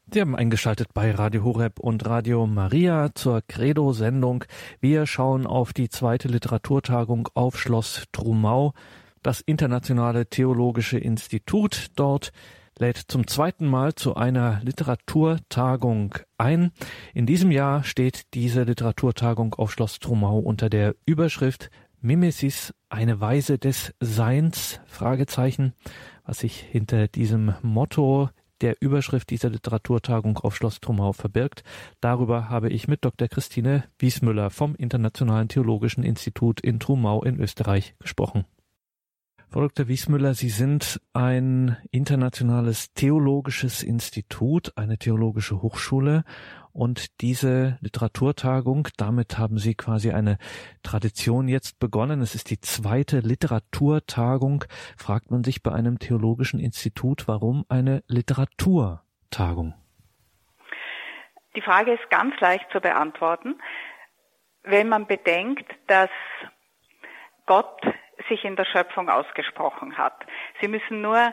Sie haben eingeschaltet bei Radio Horeb und Radio Maria zur Credo-Sendung. Wir schauen auf die 2. Literaturtagung auf Schloss Trumau. Das Internationale Theologische Institut dort lädt zum 2. Mal zu einer Literaturtagung ein. In diesem Jahr steht diese Literaturtagung auf Schloss Trumau unter der Überschrift Mimesis, eine Weise des Seins? Fragezeichen. Was sich hinter diesem Motto der Überschrift dieser Literaturtagung auf Schloss Trumau verbirgt. Darüber habe ich mit Dr. Christine Wiesmüller vom Internationalen Theologischen Institut in Trumau in Österreich gesprochen. Frau Dr. Wiesmüller, Sie sind ein internationales theologisches Institut, eine theologische Hochschule, und diese Literaturtagung, damit haben Sie quasi eine Tradition jetzt begonnen. Es ist die 2. Literaturtagung. Fragt man sich bei einem theologischen Institut, warum eine Literaturtagung? Die Frage ist ganz leicht zu beantworten, wenn man bedenkt, dass Gott sich in der Schöpfung ausgesprochen hat. Sie müssen nur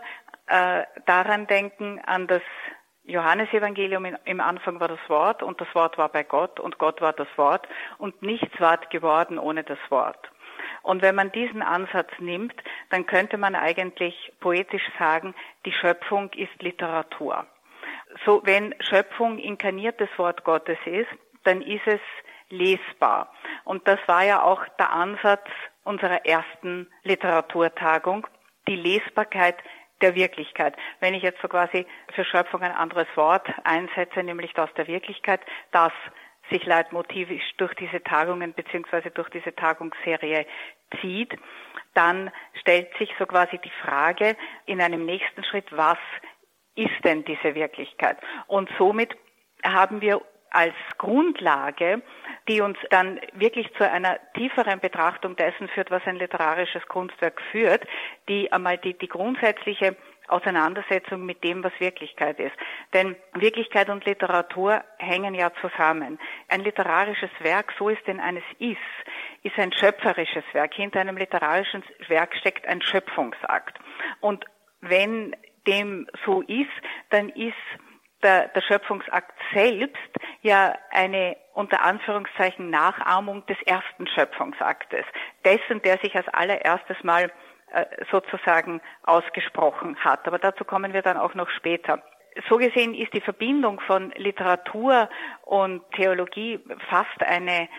daran denken, an das Johannesevangelium, im Anfang war das Wort und das Wort war bei Gott und Gott war das Wort und nichts ward geworden ohne das Wort. Und wenn man diesen Ansatz nimmt, dann könnte man eigentlich poetisch sagen, die Schöpfung ist Literatur. So, wenn Schöpfung inkarniertes Wort Gottes ist, dann ist es lesbar. Und das war ja auch der Ansatz unserer ersten Literaturtagung, die Lesbarkeit der Wirklichkeit. Wenn ich jetzt so quasi für Schöpfung ein anderes Wort einsetze, nämlich das der Wirklichkeit, das sich leitmotivisch durch diese Tagungen bzw. durch diese Tagungsserie zieht, dann stellt sich so quasi die Frage in einem nächsten Schritt, was ist denn diese Wirklichkeit? Und somit haben wir als Grundlage, die uns dann wirklich zu einer tieferen Betrachtung dessen führt, was ein literarisches Kunstwerk führt, die einmal die grundsätzliche Auseinandersetzung mit dem, was Wirklichkeit ist. Denn Wirklichkeit und Literatur hängen ja zusammen. Ein literarisches Werk, so es denn eines ist ein schöpferisches Werk. Hinter einem literarischen Werk steckt ein Schöpfungsakt. Und wenn dem so ist, dann ist der Schöpfungsakt selbst ja eine unter Anführungszeichen Nachahmung des ersten Schöpfungsaktes, dessen, der sich als allererstes Mal sozusagen ausgesprochen hat. Aber dazu kommen wir dann auch noch später. So gesehen ist die Verbindung von Literatur und Theologie fast eine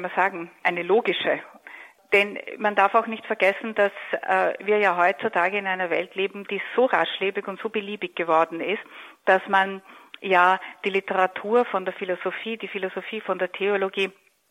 logische. Denn man darf auch nicht vergessen, dass wir ja heutzutage in einer Welt leben, die so raschlebig und so beliebig geworden ist, dass man ja die Literatur von der Philosophie, die Philosophie von der Theologie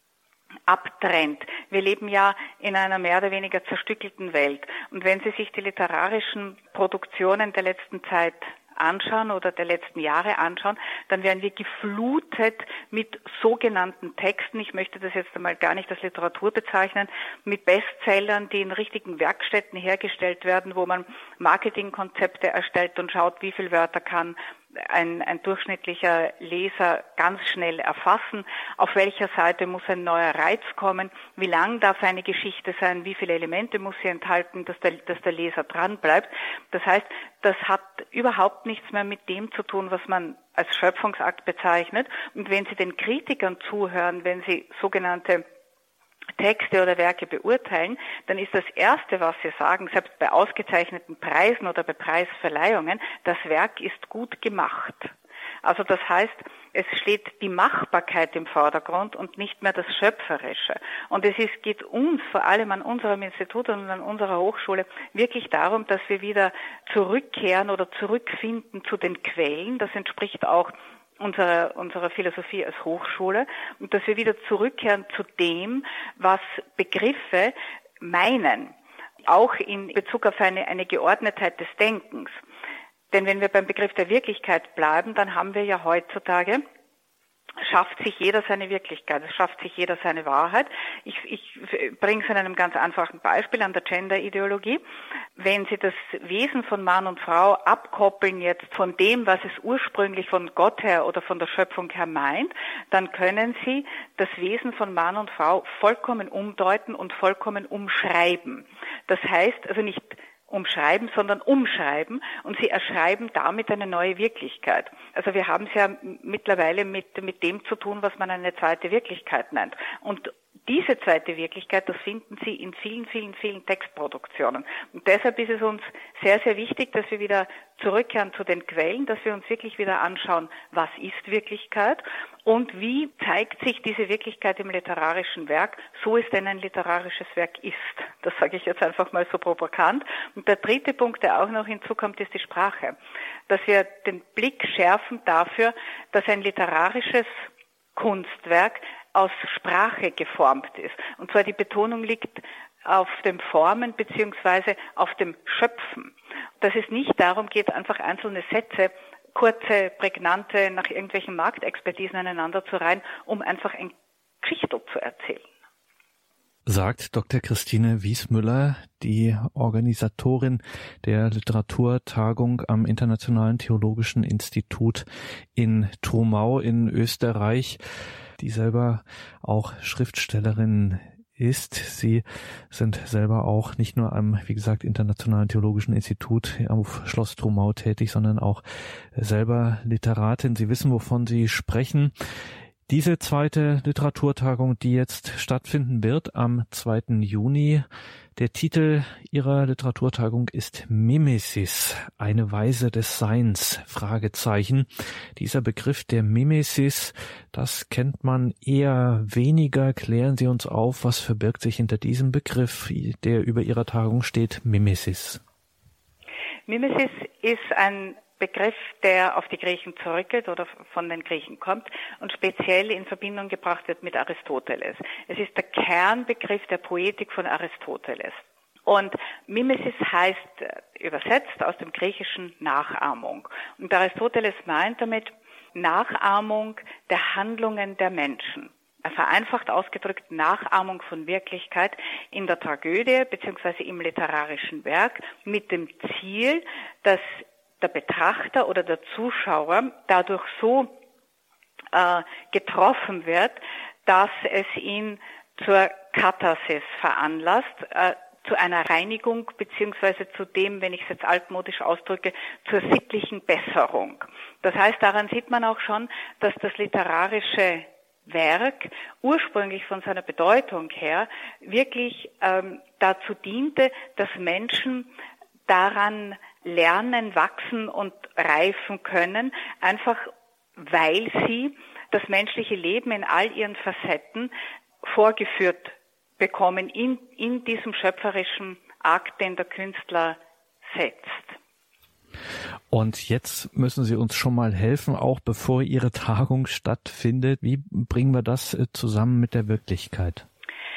abtrennt. Wir leben ja in einer mehr oder weniger zerstückelten Welt. Und wenn Sie sich die literarischen Produktionen der letzten Zeit anschauen oder der letzten Jahre anschauen, dann werden wir geflutet mit sogenannten Texten. Ich möchte das jetzt einmal gar nicht als Literatur bezeichnen, mit Bestsellern, die in richtigen Werkstätten hergestellt werden, wo man Marketingkonzepte erstellt und schaut, wie viele Wörter kann ein durchschnittlicher Leser ganz schnell erfassen, auf welcher Seite muss ein neuer Reiz kommen, wie lang darf eine Geschichte sein, wie viele Elemente muss sie enthalten, dass der Leser dran bleibt. Das heißt, das hat überhaupt nichts mehr mit dem zu tun, was man als Schöpfungsakt bezeichnet. Und wenn Sie den Kritikern zuhören, wenn Sie sogenannte Texte oder Werke beurteilen, dann ist das Erste, was sie sagen, selbst bei ausgezeichneten Preisen oder bei Preisverleihungen, das Werk ist gut gemacht. Also das heißt, es steht die Machbarkeit im Vordergrund und nicht mehr das Schöpferische. Und geht uns, vor allem an unserem Institut und an unserer Hochschule, wirklich darum, dass wir wieder zurückkehren oder zurückfinden zu den Quellen. Das entspricht auch unserer Philosophie als Hochschule und dass wir wieder zurückkehren zu dem, was Begriffe meinen, auch in Bezug auf eine Geordnetheit des Denkens. Denn wenn wir beim Begriff der Wirklichkeit bleiben, dann haben wir ja heutzutage, schafft sich jeder seine Wirklichkeit, es schafft sich jeder seine Wahrheit. Ich bringe es an einem ganz einfachen Beispiel, an der Gender-Ideologie. Wenn Sie das Wesen von Mann und Frau abkoppeln jetzt von dem, was es ursprünglich von Gott her oder von der Schöpfung her meint, dann können Sie das Wesen von Mann und Frau vollkommen umdeuten und vollkommen umschreiben. Das heißt also nicht umschreiben, sondern umschreiben, und sie erschreiben damit eine neue Wirklichkeit. Also wir haben es ja mittlerweile mit dem zu tun, was man eine zweite Wirklichkeit nennt. Und diese zweite Wirklichkeit, das finden Sie in vielen, vielen, vielen Textproduktionen. Und deshalb ist es uns sehr, sehr wichtig, dass wir wieder zurückkehren zu den Quellen, dass wir uns wirklich wieder anschauen, was ist Wirklichkeit und wie zeigt sich diese Wirklichkeit im literarischen Werk, so es denn ein literarisches Werk ist. Das sage ich jetzt einfach mal so provokant. Und der dritte Punkt, der auch noch hinzukommt, ist die Sprache. Dass wir den Blick schärfen dafür, dass ein literarisches Kunstwerk aus Sprache geformt ist. Und zwar die Betonung liegt auf dem Formen beziehungsweise auf dem Schöpfen. Dass es nicht darum geht, einfach einzelne Sätze, kurze, prägnante, nach irgendwelchen Marktexpertisen aneinander zu reihen, um einfach ein Geschichtel zu erzählen. Sagt Dr. Christine Wiesmüller, die Organisatorin der Literaturtagung am Internationalen Theologischen Institut in Trumau in Österreich, die selber auch Schriftstellerin ist. Sie sind selber auch nicht nur am, wie gesagt, Internationalen Theologischen Institut auf Schloss Trumau tätig, sondern auch selber Literatin. Sie wissen, wovon Sie sprechen. Diese zweite Literaturtagung, die jetzt stattfinden wird am 2. Juni, der Titel ihrer Literaturtagung ist Mimesis, eine Weise des Seins, Fragezeichen. Dieser Begriff der Mimesis, das kennt man eher weniger. Klären Sie uns auf, was verbirgt sich hinter diesem Begriff, der über Ihrer Tagung steht, Mimesis? Mimesis ist ein Begriff, der auf die Griechen zurückgeht oder von den Griechen kommt und speziell in Verbindung gebracht wird mit Aristoteles. Es ist der Kernbegriff der Poetik von Aristoteles. Und Mimesis heißt übersetzt aus dem Griechischen Nachahmung. Und Aristoteles meint damit Nachahmung der Handlungen der Menschen. Vereinfacht ausgedrückt Nachahmung von Wirklichkeit in der Tragödie bzw. im literarischen Werk mit dem Ziel, dass der Betrachter oder der Zuschauer dadurch so getroffen wird, dass es ihn zur Katharsis veranlasst, zu einer Reinigung beziehungsweise zu dem, wenn ich es jetzt altmodisch ausdrücke, zur sittlichen Besserung. Das heißt, daran sieht man auch schon, dass das literarische Werk ursprünglich von seiner Bedeutung her wirklich dazu diente, dass Menschen daran lernen, wachsen und reifen können, einfach weil sie das menschliche Leben in all ihren Facetten vorgeführt bekommen in diesem schöpferischen Akt, den der Künstler setzt. Und jetzt müssen Sie uns schon mal helfen, auch bevor Ihre Tagung stattfindet. Wie bringen wir das zusammen mit der Wirklichkeit?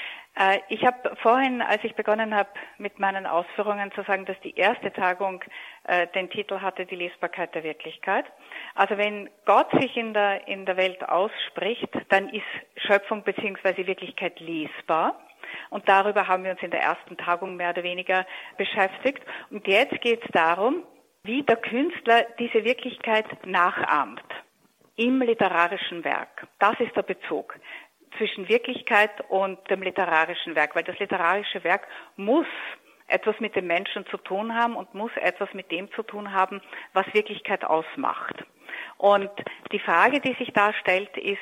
Ich habe vorhin, als ich begonnen habe mit meinen Ausführungen, zu sagen, dass die erste Tagung den Titel hatte, die Lesbarkeit der Wirklichkeit. Also wenn Gott sich in der Welt ausspricht, dann ist Schöpfung bzw. Wirklichkeit lesbar. Und darüber haben wir uns in der ersten Tagung mehr oder weniger beschäftigt. Und jetzt geht es darum, wie der Künstler diese Wirklichkeit nachahmt im literarischen Werk. Das ist der Bezug zwischen Wirklichkeit und dem literarischen Werk, weil das literarische Werk muss etwas mit dem Menschen zu tun haben und muss etwas mit dem zu tun haben, was Wirklichkeit ausmacht. Und die Frage, die sich da stellt, ist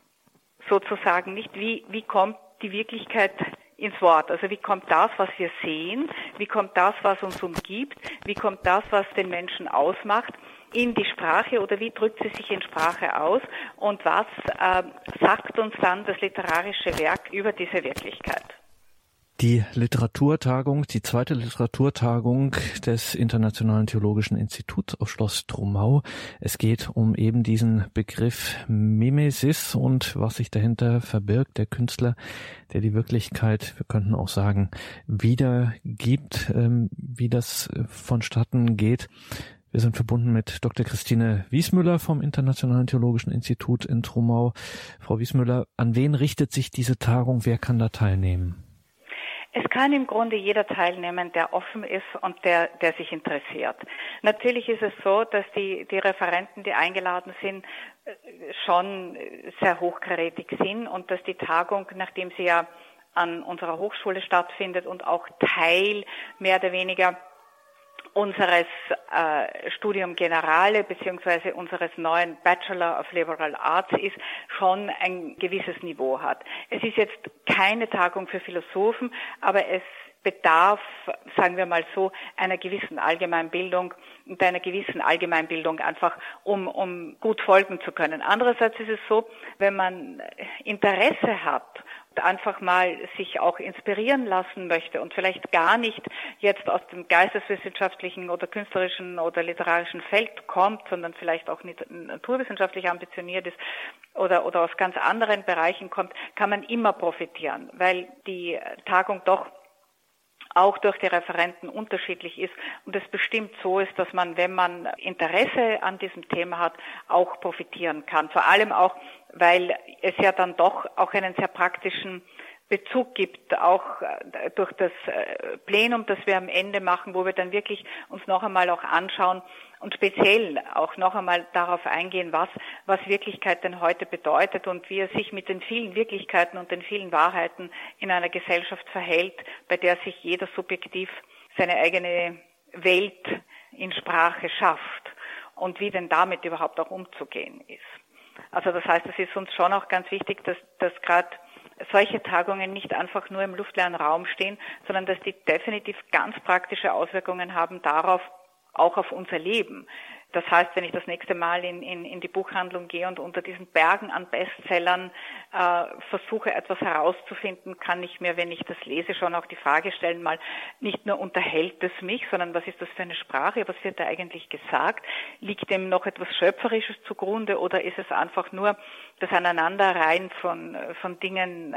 sozusagen nicht, wie kommt die Wirklichkeit ins Wort? Also wie kommt das, was wir sehen, wie kommt das, was uns umgibt, wie kommt das, was den Menschen ausmacht, in die Sprache oder wie drückt sie sich in Sprache aus und was sagt uns dann das literarische Werk über diese Wirklichkeit? Die Literaturtagung, die zweite Literaturtagung des Internationalen Theologischen Instituts auf Schloss Trumau. Es geht um eben diesen Begriff Mimesis und was sich dahinter verbirgt, der Künstler, der die Wirklichkeit, wir könnten auch sagen, wiedergibt, wie das vonstatten geht. Wir sind verbunden mit Dr. Christine Wiesmüller vom Internationalen Theologischen Institut in Trumau. Frau Wiesmüller, an wen richtet sich diese Tagung? Wer kann da teilnehmen? Es kann im Grunde jeder teilnehmen, der offen ist und der sich interessiert. Natürlich ist es so, dass die Referenten, die eingeladen sind, schon sehr hochkarätig sind und dass die Tagung, nachdem sie ja an unserer Hochschule stattfindet und auch Teil mehr oder weniger unseres Studium Generale beziehungsweise unseres neuen Bachelor of Liberal Arts ist, schon ein gewisses Niveau hat. Es ist jetzt keine Tagung für Philosophen, aber es bedarf, sagen wir mal so, einer gewissen Allgemeinbildung und einer gewissen Allgemeinbildung einfach, um gut folgen zu können. Andererseits ist es so, wenn man Interesse hat und einfach mal sich auch inspirieren lassen möchte und vielleicht gar nicht jetzt aus dem geisteswissenschaftlichen oder künstlerischen oder literarischen Feld kommt, sondern vielleicht auch nicht naturwissenschaftlich ambitioniert ist oder aus ganz anderen Bereichen kommt, kann man immer profitieren, weil die Tagung doch auch durch die Referenten unterschiedlich ist und es bestimmt so ist, dass man, wenn man Interesse an diesem Thema hat, auch profitieren kann. Vor allem auch, weil es ja dann doch auch einen sehr praktischen Bezug gibt, auch durch das Plenum, das wir am Ende machen, wo wir dann wirklich uns noch einmal auch anschauen und speziell auch noch einmal darauf eingehen, was Wirklichkeit denn heute bedeutet und wie es sich mit den vielen Wirklichkeiten und den vielen Wahrheiten in einer Gesellschaft verhält, bei der sich jeder subjektiv seine eigene Welt in Sprache schafft und wie denn damit überhaupt auch umzugehen ist. Also das heißt, es ist uns schon auch ganz wichtig, dass gerade solche Tagungen nicht einfach nur im luftleeren Raum stehen, sondern dass die definitiv ganz praktische Auswirkungen haben darauf, auch auf unser Leben. Das heißt, wenn ich das nächste Mal in die Buchhandlung gehe und unter diesen Bergen an Bestsellern versuche, etwas herauszufinden, kann ich mir, wenn ich das lese, schon auch die Frage stellen, mal nicht nur unterhält es mich, sondern was ist das für eine Sprache, was wird da eigentlich gesagt? Liegt dem noch etwas Schöpferisches zugrunde oder ist es einfach nur das Aneinanderreihen von Dingen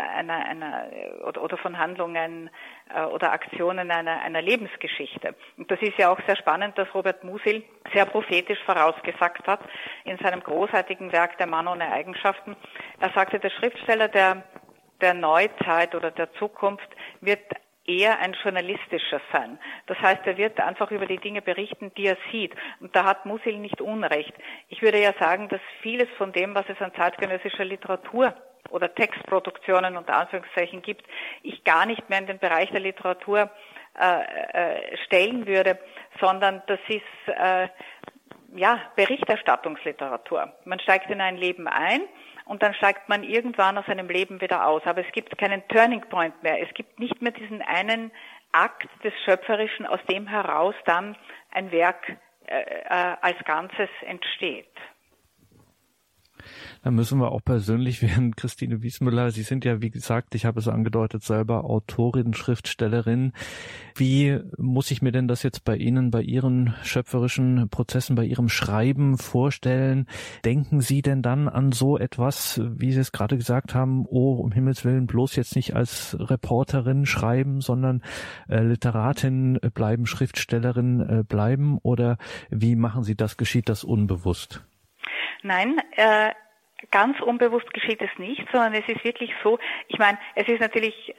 oder von Handlungen oder Aktionen einer Lebensgeschichte? Und das ist ja auch sehr spannend, dass Robert Musil sehr prophetisch vorausgesagt hat in seinem großartigen Werk Der Mann ohne Eigenschaften. Er sagte, der Schriftsteller der Neuzeit oder der Zukunft wird eher ein journalistischer sein. Das heißt, er wird einfach über die Dinge berichten, die er sieht. Und da hat Musil nicht Unrecht. Ich würde ja sagen, dass vieles von dem, was es an zeitgenössischer Literatur oder Textproduktionen unter Anführungszeichen gibt, ich gar nicht mehr in den Bereich der Literatur stellen würde, sondern das ist Berichterstattungsliteratur. Man steigt in ein Leben ein und dann steigt man irgendwann aus einem Leben wieder aus. Aber es gibt keinen Turning Point mehr. Es gibt nicht mehr diesen einen Akt des Schöpferischen, aus dem heraus dann ein Werk als Ganzes entsteht. Da müssen wir auch persönlich werden, Christine Wiesmüller. Sie sind ja, wie gesagt, ich habe es angedeutet, selber Autorin, Schriftstellerin. Wie muss ich mir denn das jetzt bei Ihnen, bei Ihren schöpferischen Prozessen, bei Ihrem Schreiben vorstellen? Denken Sie denn dann an so etwas, wie Sie es gerade gesagt haben, um Himmels Willen bloß jetzt nicht als Reporterin schreiben, sondern Literatin bleiben, Schriftstellerin bleiben? Oder wie machen Sie das? Geschieht das unbewusst? Nein, ganz unbewusst geschieht es nicht, sondern es ist wirklich so, ich meine, es ist natürlich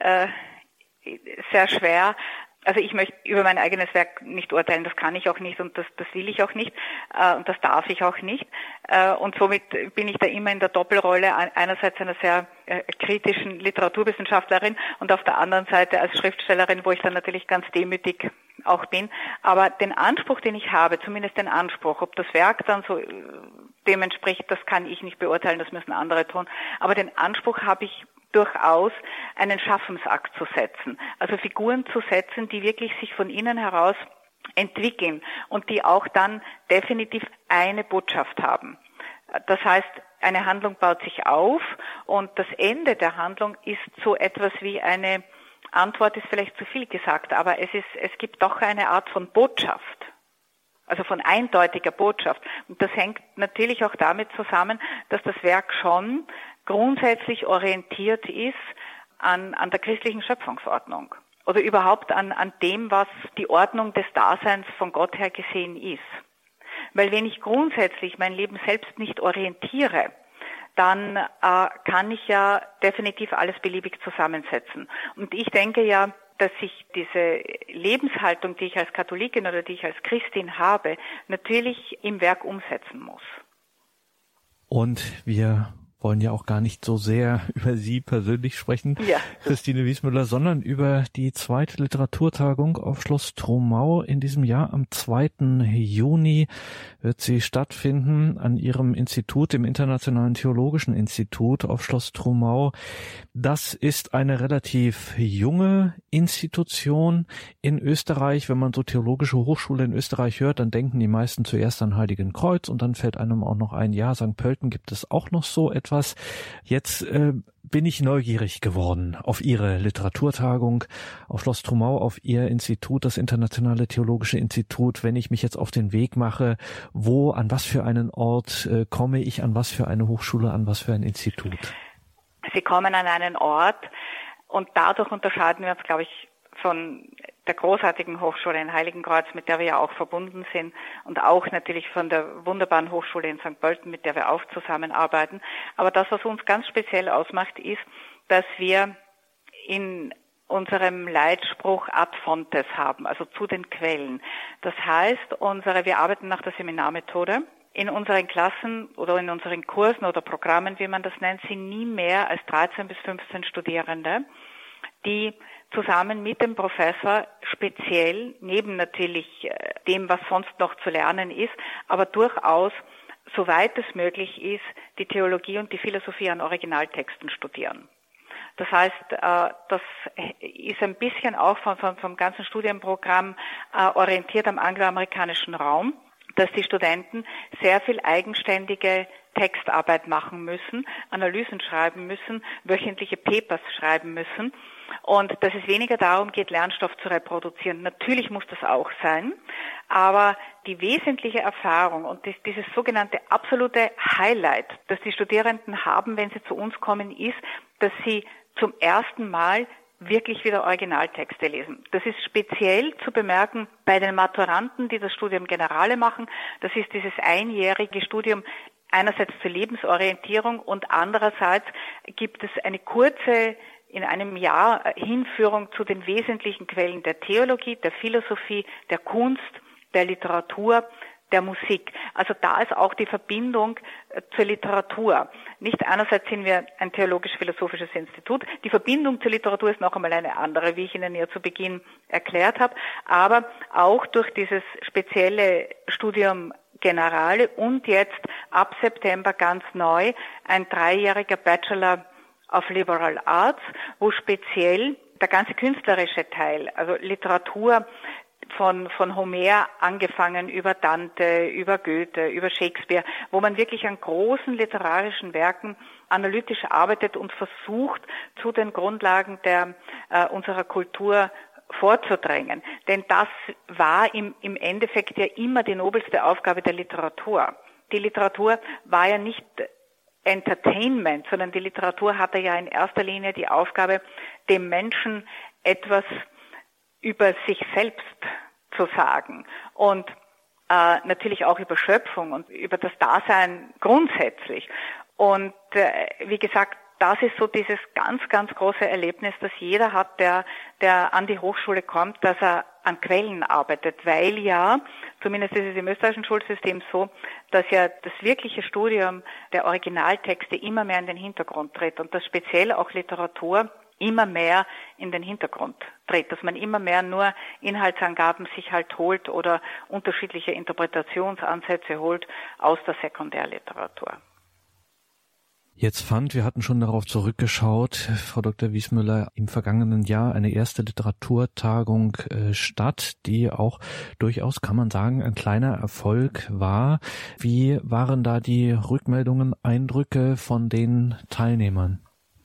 sehr schwer, also ich möchte über mein eigenes Werk nicht urteilen, das kann ich auch nicht und das will ich auch nicht und das darf ich auch nicht und somit bin ich da immer in der Doppelrolle einerseits einer sehr kritischen Literaturwissenschaftlerin und auf der anderen Seite als Schriftstellerin, wo ich dann natürlich ganz demütig auch bin, aber den Anspruch, den ich habe, zumindest den Anspruch, ob das Werk dann so dem entspricht, das kann ich nicht beurteilen, das müssen andere tun, aber den Anspruch habe ich durchaus, einen Schaffensakt zu setzen, also Figuren zu setzen, die wirklich sich von innen heraus entwickeln und die auch dann definitiv eine Botschaft haben. Das heißt, eine Handlung baut sich auf und das Ende der Handlung ist so etwas wie eine Antwort, ist vielleicht zu viel gesagt, aber es gibt doch eine Art von Botschaft. Also von eindeutiger Botschaft. Und das hängt natürlich auch damit zusammen, dass das Werk schon grundsätzlich orientiert ist an der christlichen Schöpfungsordnung. Oder überhaupt an dem, was die Ordnung des Daseins von Gott her gesehen ist. Weil wenn ich grundsätzlich mein Leben selbst nicht orientiere, dann kann ich ja definitiv alles beliebig zusammensetzen. Und ich denke ja, dass ich diese Lebenshaltung, die ich als Katholikin oder die ich als Christin habe, natürlich im Werk umsetzen muss. Und wir wollen ja auch gar nicht so sehr über Sie persönlich sprechen, ja, Christine Wiesmüller, sondern über die zweite Literaturtagung auf Schloss Trumau in diesem Jahr. Am 2. Juni wird sie stattfinden an Ihrem Institut, dem Internationalen Theologischen Institut auf Schloss Trumau. Das ist eine relativ junge Institution in Österreich. Wenn man so theologische Hochschule in Österreich hört, dann denken die meisten zuerst an Heiligenkreuz und dann fällt einem auch noch ein, ja, St. Pölten gibt es auch noch so etwas. Jetzt bin ich neugierig geworden auf Ihre Literaturtagung auf Schloss Trumau, auf Ihr Institut, das Internationale Theologische Institut. Wenn ich mich jetzt auf den Weg mache, an was für einen Ort komme ich, an was für eine Hochschule, an was für ein Institut? Sie kommen an einen Ort und dadurch unterscheiden wir uns, glaube ich, von der großartigen Hochschule in Heiligenkreuz, mit der wir ja auch verbunden sind, und auch natürlich von der wunderbaren Hochschule in St. Pölten, mit der wir auch zusammenarbeiten. Aber das, was uns ganz speziell ausmacht, ist, dass wir in unserem Leitspruch ad fontes haben, also zu den Quellen. Das heißt, wir arbeiten nach der Seminarmethode. In unseren Klassen oder in unseren Kursen oder Programmen, wie man das nennt, sind nie mehr als 13 bis 15 Studierende, die zusammen mit dem Professor speziell, neben natürlich dem, was sonst noch zu lernen ist, aber durchaus, soweit es möglich ist, die Theologie und die Philosophie an Originaltexten studieren. Das heißt, das ist ein bisschen auch vom ganzen Studienprogramm orientiert am angloamerikanischen Raum, dass die Studenten sehr viel eigenständige Textarbeit machen müssen, Analysen schreiben müssen, wöchentliche Papers schreiben müssen und dass es weniger darum geht, Lernstoff zu reproduzieren. Natürlich muss das auch sein, aber die wesentliche Erfahrung und dieses sogenannte absolute Highlight, das die Studierenden haben, wenn sie zu uns kommen, ist, dass sie zum ersten Mal wirklich wieder Originaltexte lesen. Das ist speziell zu bemerken bei den Maturanten, die das Studium Generale machen. Das ist dieses einjährige Studium einerseits zur Lebensorientierung und andererseits gibt es eine kurze, in einem Jahr, Hinführung zu den wesentlichen Quellen der Theologie, der Philosophie, der Kunst, der Literatur, der Musik. Also da ist auch die Verbindung zur Literatur. Nicht einerseits sind wir ein theologisch-philosophisches Institut. Die Verbindung zur Literatur ist noch einmal eine andere, wie ich Ihnen ja zu Beginn erklärt habe. Aber auch durch dieses spezielle Studium Generale und jetzt ab September ganz neu ein 3-jähriger Bachelor of Liberal Arts, wo speziell der ganze künstlerische Teil, also Literatur, von Homer angefangen über Dante, über Goethe, über Shakespeare, wo man wirklich an großen literarischen Werken analytisch arbeitet und versucht, zu den Grundlagen unserer Kultur vorzudrängen. Denn das war im Endeffekt ja immer die nobelste Aufgabe der Literatur. Die Literatur war ja nicht Entertainment, sondern die Literatur hatte ja in erster Linie die Aufgabe, dem Menschen etwas über sich selbst zu sagen und natürlich auch über Schöpfung und über das Dasein grundsätzlich. Und wie gesagt, das ist so dieses ganz, ganz große Erlebnis, das jeder hat, der an die Hochschule kommt, dass er an Quellen arbeitet, weil ja, zumindest ist es im österreichischen Schulsystem so, dass ja das wirkliche Studium der Originaltexte immer mehr in den Hintergrund tritt und dass speziell auch Literatur immer mehr in den Hintergrund tritt, dass man immer mehr nur Inhaltsangaben sich halt holt oder unterschiedliche Interpretationsansätze holt aus der Sekundärliteratur. Jetzt wir hatten schon darauf zurückgeschaut, Frau Dr. Wiesmüller, im vergangenen Jahr eine erste Literaturtagung statt, die auch durchaus, kann man sagen, ein kleiner Erfolg war. Wie waren da die Rückmeldungen, Eindrücke von den Teilnehmern?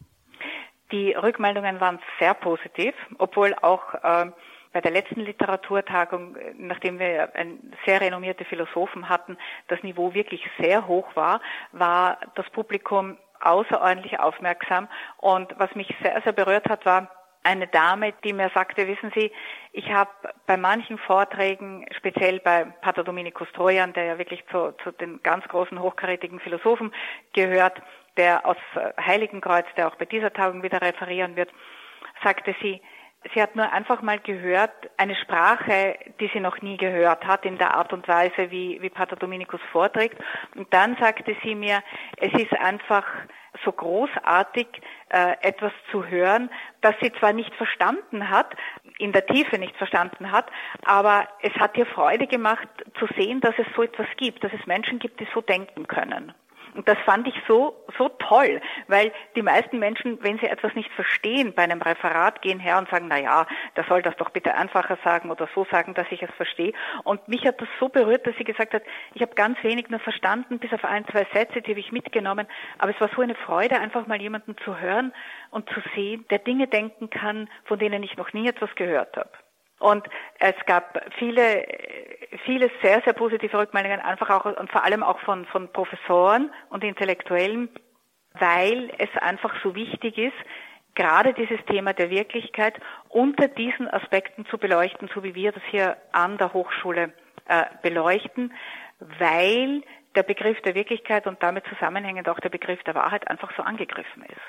Die Rückmeldungen waren sehr positiv, obwohl auch bei der letzten Literaturtagung, nachdem wir sehr renommierte Philosophen hatten, das Niveau wirklich sehr hoch war das Publikum außerordentlich aufmerksam. Und was mich sehr, sehr berührt hat, war eine Dame, die mir sagte, wissen Sie, ich habe bei manchen Vorträgen, speziell bei Pater Dominikus Trojan, der ja wirklich zu den ganz großen, hochkarätigen Philosophen gehört, der aus Heiligenkreuz, der auch bei dieser Tagung wieder referieren wird, sagte sie hat nur einfach mal gehört, eine Sprache, die sie noch nie gehört hat, in der Art und Weise, wie Pater Dominikus vorträgt. Und dann sagte sie mir, es ist einfach so großartig, etwas zu hören, das sie zwar nicht verstanden hat, in der Tiefe nicht verstanden hat, aber es hat ihr Freude gemacht zu sehen, dass es so etwas gibt, dass es Menschen gibt, die so denken können. Und das fand ich so toll, weil die meisten Menschen, wenn sie etwas nicht verstehen bei einem Referat, gehen her und sagen, na ja, der soll das doch bitte einfacher sagen oder so sagen, dass ich es verstehe. Und mich hat das so berührt, dass sie gesagt hat, ich habe ganz wenig nur verstanden, bis auf 1, 2 Sätze, die habe ich mitgenommen. Aber es war so eine Freude, einfach mal jemanden zu hören und zu sehen, der Dinge denken kann, von denen ich noch nie etwas gehört habe. Und es gab viele sehr, sehr positive Rückmeldungen, einfach auch und vor allem auch von Professoren und Intellektuellen, weil es einfach so wichtig ist, gerade dieses Thema der Wirklichkeit unter diesen Aspekten zu beleuchten, so wie wir das hier an der Hochschule beleuchten, weil der Begriff der Wirklichkeit und damit zusammenhängend auch der Begriff der Wahrheit einfach so angegriffen ist.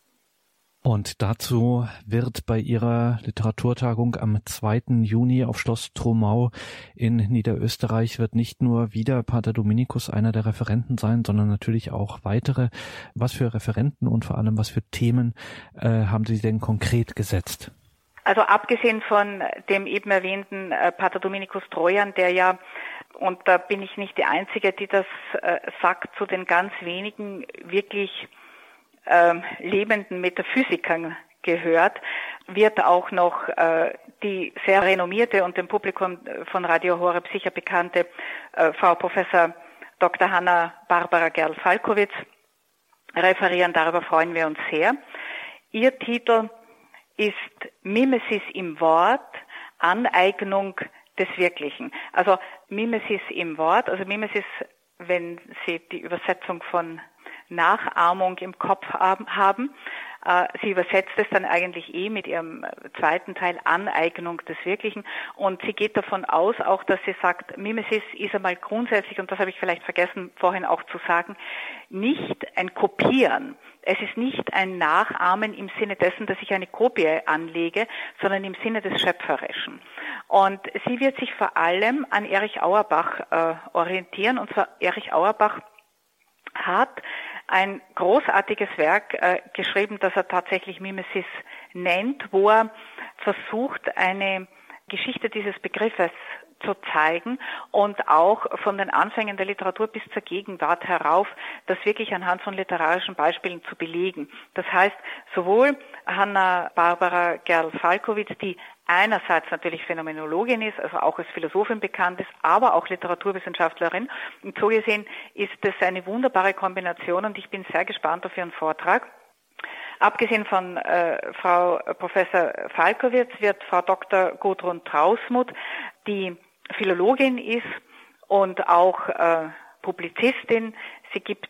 Und dazu wird bei ihrer Literaturtagung am 2. Juni auf Schloss Trumau in Niederösterreich wird nicht nur wieder Pater Dominikus einer der Referenten sein, sondern natürlich auch weitere. Was für Referenten und vor allem was für Themen haben Sie denn konkret gesetzt? Also abgesehen von dem eben erwähnten Pater Dominikus Trojan, der ja, und da bin ich nicht die Einzige, die das sagt, zu den ganz wenigen wirklich lebenden Metaphysikern gehört, wird auch noch die sehr renommierte und dem Publikum von Radio Horeb sicher bekannte Frau Professor Dr. Hanna Barbara Gerl-Falkowitz referieren. Darüber freuen wir uns sehr. Ihr Titel ist Mimesis im Wort, Aneignung des Wirklichen. Also Mimesis im Wort, also Mimesis, wenn Sie die Übersetzung von Nachahmung im Kopf haben. Sie übersetzt es dann eigentlich mit ihrem zweiten Teil Aneignung des Wirklichen und sie geht davon aus, auch dass sie sagt, Mimesis ist einmal grundsätzlich, und das habe ich vielleicht vergessen vorhin auch zu sagen, nicht ein Kopieren. Es ist nicht ein Nachahmen im Sinne dessen, dass ich eine Kopie anlege, sondern im Sinne des Schöpferischen. Und sie wird sich vor allem an Erich Auerbach orientieren, und zwar Erich Auerbach hat ein großartiges Werk geschrieben, das er tatsächlich Mimesis nennt, wo er versucht, eine Geschichte dieses Begriffes zu zeigen und auch von den Anfängen der Literatur bis zur Gegenwart herauf, das wirklich anhand von literarischen Beispielen zu belegen. Das heißt, sowohl Hanna Barbara Gerl-Falkowitz, die einerseits natürlich Phänomenologin ist, also auch als Philosophin bekannt ist, aber auch Literaturwissenschaftlerin. Und so gesehen ist es eine wunderbare Kombination und ich bin sehr gespannt auf ihren Vortrag. Abgesehen von Frau Professor Falkowitz wird Frau Dr. Gudrun Trausmuth, die Philologin ist und auch Publizistin. Sie gibt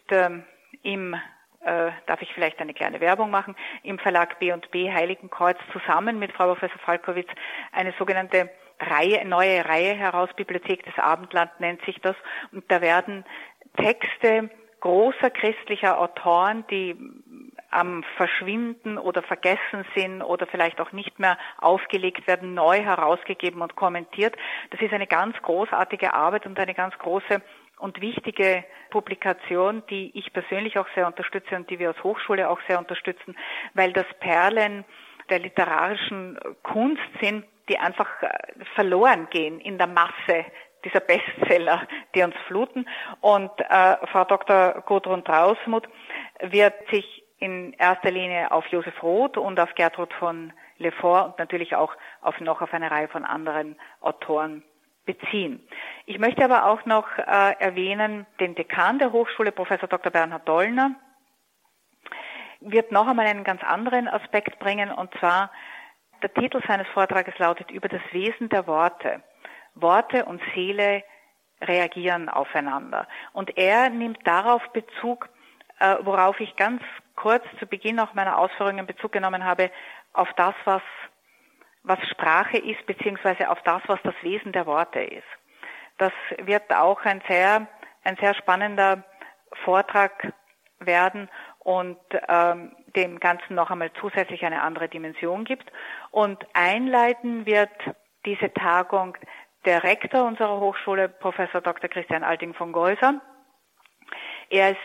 darf ich vielleicht eine kleine Werbung machen, im Verlag B&B Heiligenkreuz zusammen mit Frau Professor Falkowitz eine sogenannte neue Reihe heraus, Bibliothek des Abendland nennt sich das. Und da werden Texte großer christlicher Autoren, die am Verschwinden oder vergessen sind oder vielleicht auch nicht mehr aufgelegt werden, neu herausgegeben und kommentiert. Das ist eine ganz großartige Arbeit und eine ganz große und wichtige Publikation, die ich persönlich auch sehr unterstütze und die wir als Hochschule auch sehr unterstützen, weil das Perlen der literarischen Kunst sind, die einfach verloren gehen in der Masse dieser Bestseller, die uns fluten. Und Frau Dr. Gudrun Trausmuth wird sich in erster Linie auf Josef Roth und auf Gertrud von Lefort und natürlich auch auf eine Reihe von anderen Autoren beziehen. Ich möchte aber auch noch erwähnen, den Dekan der Hochschule, Professor Dr. Bernhard Dollner, wird noch einmal einen ganz anderen Aspekt bringen, und zwar der Titel seines Vortrages lautet über das Wesen der Worte. Worte und Seele reagieren aufeinander. Und er nimmt darauf Bezug, worauf ich ganz kurz zu Beginn auch meiner Ausführungen Bezug genommen habe, auf das, was Sprache ist, beziehungsweise auf das, was das Wesen der Worte ist. Das wird auch ein sehr spannender Vortrag werden und dem Ganzen noch einmal zusätzlich eine andere Dimension gibt. Und einleiten wird diese Tagung der Rektor unserer Hochschule, Professor Dr. Christian Alting von Geuser. Er ist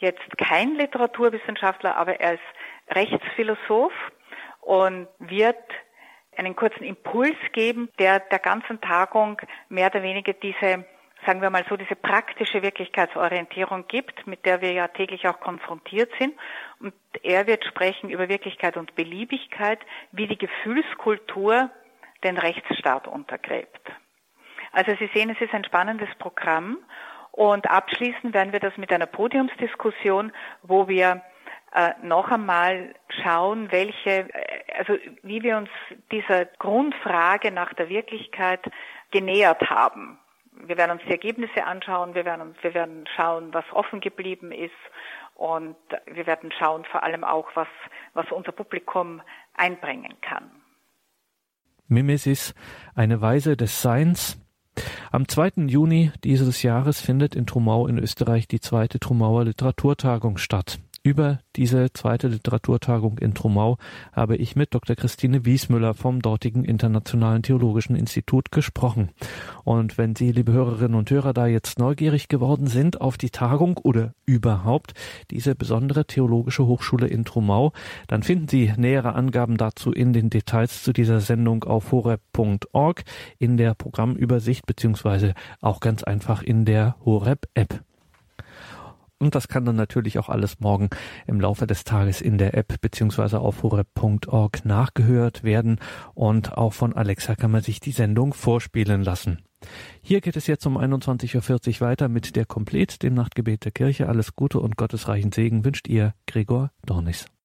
jetzt kein Literaturwissenschaftler, aber er ist Rechtsphilosoph und wird einen kurzen Impuls geben, der ganzen Tagung mehr oder weniger diese, sagen wir mal so, diese praktische Wirklichkeitsorientierung gibt, mit der wir ja täglich auch konfrontiert sind. Und er wird sprechen über Wirklichkeit und Beliebigkeit, wie die Gefühlskultur den Rechtsstaat untergräbt. Also Sie sehen, es ist ein spannendes Programm. Und abschließen werden wir das mit einer Podiumsdiskussion, wo wir noch einmal schauen, wie wir uns dieser Grundfrage nach der Wirklichkeit genähert haben. Wir werden uns die Ergebnisse anschauen, wir werden schauen, was offen geblieben ist und wir werden schauen vor allem auch, was unser Publikum einbringen kann. Mimesis, eine Weise des Seins. Am 2. Juni dieses Jahres findet in Trumau in Österreich die 2. Trumauer Literaturtagung statt. Über diese 2. Literaturtagung in Trumau habe ich mit Dr. Christine Wiesmüller vom dortigen Internationalen Theologischen Institut gesprochen. Und wenn Sie, liebe Hörerinnen und Hörer, da jetzt neugierig geworden sind auf die Tagung oder überhaupt diese besondere theologische Hochschule in Trumau, dann finden Sie nähere Angaben dazu in den Details zu dieser Sendung auf horeb.org, in der Programmübersicht beziehungsweise auch ganz einfach in der Horeb-App. Und das kann dann natürlich auch alles morgen im Laufe des Tages in der App beziehungsweise auf horeb.org nachgehört werden. Und auch von Alexa kann man sich die Sendung vorspielen lassen. Hier geht es jetzt um 21.40 Uhr weiter mit der Komplet, dem Nachtgebet der Kirche. Alles Gute und gottesreichen Segen wünscht ihr Gregor Dornis.